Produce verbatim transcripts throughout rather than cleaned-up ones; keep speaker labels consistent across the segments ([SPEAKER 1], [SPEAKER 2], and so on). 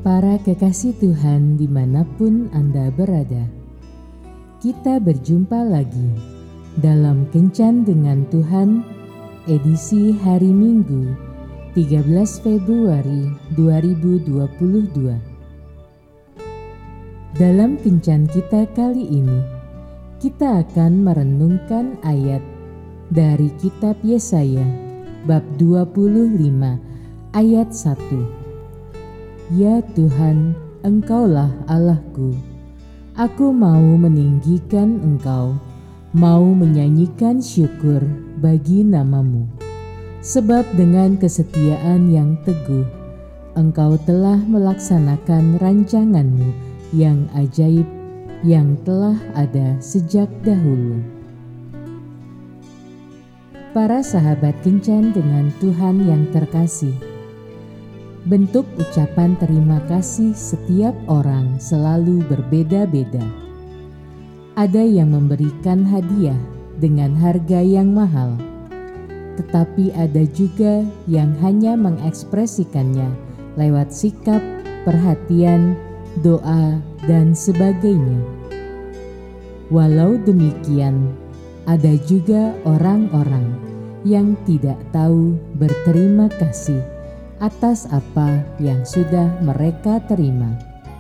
[SPEAKER 1] Para kekasih Tuhan dimanapun Anda berada, kita berjumpa lagi dalam Kencan dengan Tuhan, edisi hari Minggu tiga belas Februari dua ribu dua puluh dua. Dalam Kencan kita kali ini, kita akan merenungkan ayat dari kitab Yesaya bab dua puluh lima ayat satu. Ya Tuhan, Engkaulah Allahku. Aku mau meninggikan Engkau, mau menyanyikan syukur bagi nama-Mu. Sebab dengan kesetiaan yang teguh, Engkau telah melaksanakan rancangan-Mu yang ajaib yang telah ada sejak dahulu. Para sahabat Kencan dengan Tuhan yang terkasih, bentuk ucapan terima kasih setiap orang selalu berbeda-beda. Ada yang memberikan hadiah dengan harga yang mahal, tetapi ada juga yang hanya mengekspresikannya lewat sikap, perhatian, doa, dan sebagainya. Walau demikian, ada juga orang-orang yang tidak tahu berterima kasih atas apa yang sudah mereka terima.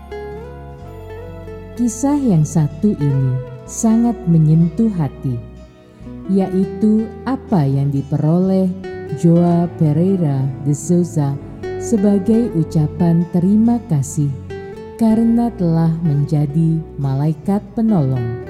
[SPEAKER 1] Kisah yang satu ini sangat menyentuh hati, yaitu apa yang diperoleh João Pereira de Souza sebagai ucapan terima kasih karena telah menjadi malaikat penolong.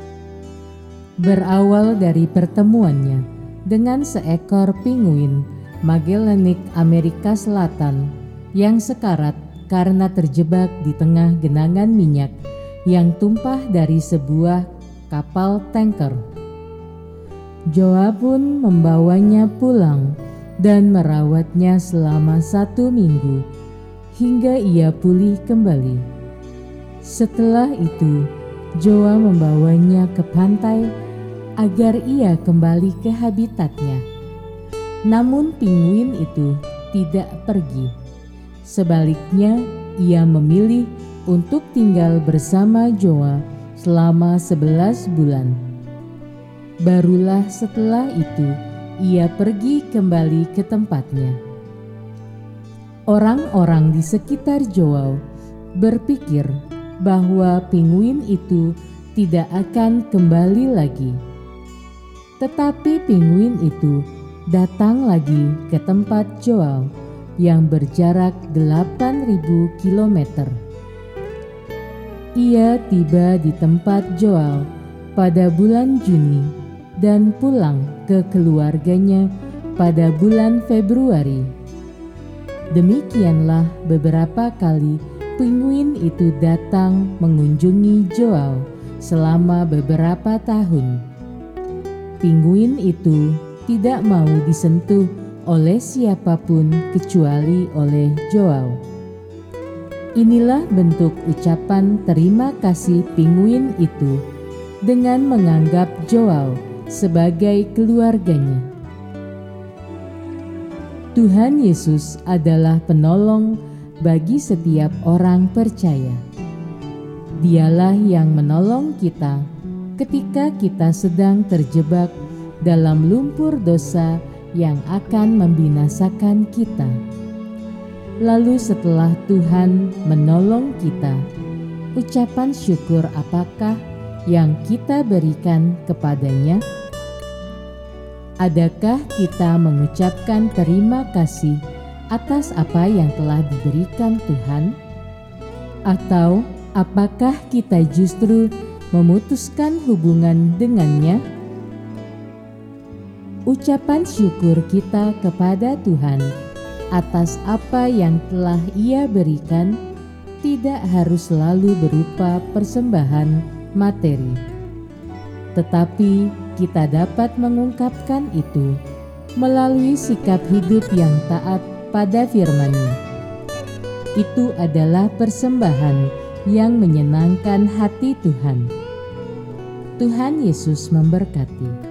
[SPEAKER 1] Berawal dari pertemuannya dengan seekor pinguin Magellanic Amerika Selatan yang sekarat karena terjebak di tengah genangan minyak yang tumpah dari sebuah kapal tanker. João pun membawanya pulang dan merawatnya selama satu minggu hingga ia pulih kembali. Setelah itu, João membawanya ke pantai agar ia kembali ke habitatnya. Namun pinguin itu tidak pergi. Sebaliknya, ia memilih untuk tinggal bersama João selama sebelas bulan. Barulah setelah itu, ia pergi kembali ke tempatnya. Orang-orang di sekitar João berpikir bahwa pinguin itu tidak akan kembali lagi. Tetapi pinguin itu datang lagi ke tempat João yang berjarak delapan ribu kilometer. Ia tiba di tempat João pada bulan Juni dan pulang ke keluarganya pada bulan Februari. Demikianlah beberapa kali pinguin itu datang mengunjungi João selama beberapa tahun. Pinguin itu tidak mau disentuh oleh siapapun kecuali oleh João. Inilah bentuk ucapan terima kasih pinguin itu dengan menganggap João sebagai keluarganya. Tuhan Yesus adalah penolong bagi setiap orang percaya. Dialah yang menolong kita ketika kita sedang terjebak dalam lumpur dosa yang akan membinasakan kita. Lalu setelah Tuhan menolong kita, ucapan syukur apakah yang kita berikan kepadanya? Adakah kita mengucapkan terima kasih atas apa yang telah diberikan Tuhan? Atau apakah kita justru memutuskan hubungan dengannya? Ucapan syukur kita kepada Tuhan atas apa yang telah Ia berikan tidak harus selalu berupa persembahan materi, tetapi kita dapat mengungkapkan itu melalui sikap hidup yang taat pada firman-Nya. Itu adalah persembahan yang menyenangkan hati Tuhan. Tuhan Yesus memberkati.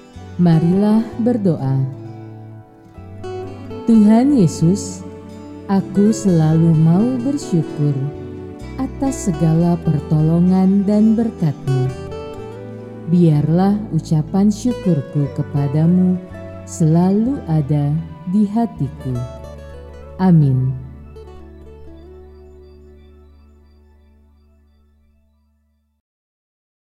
[SPEAKER 1] Marilah berdoa. Tuhan Yesus, Aku selalu mau bersyukur atas segala pertolongan dan berkat-Mu. Biarlah ucapan syukurku kepadamu selalu ada di hatiku. Amin.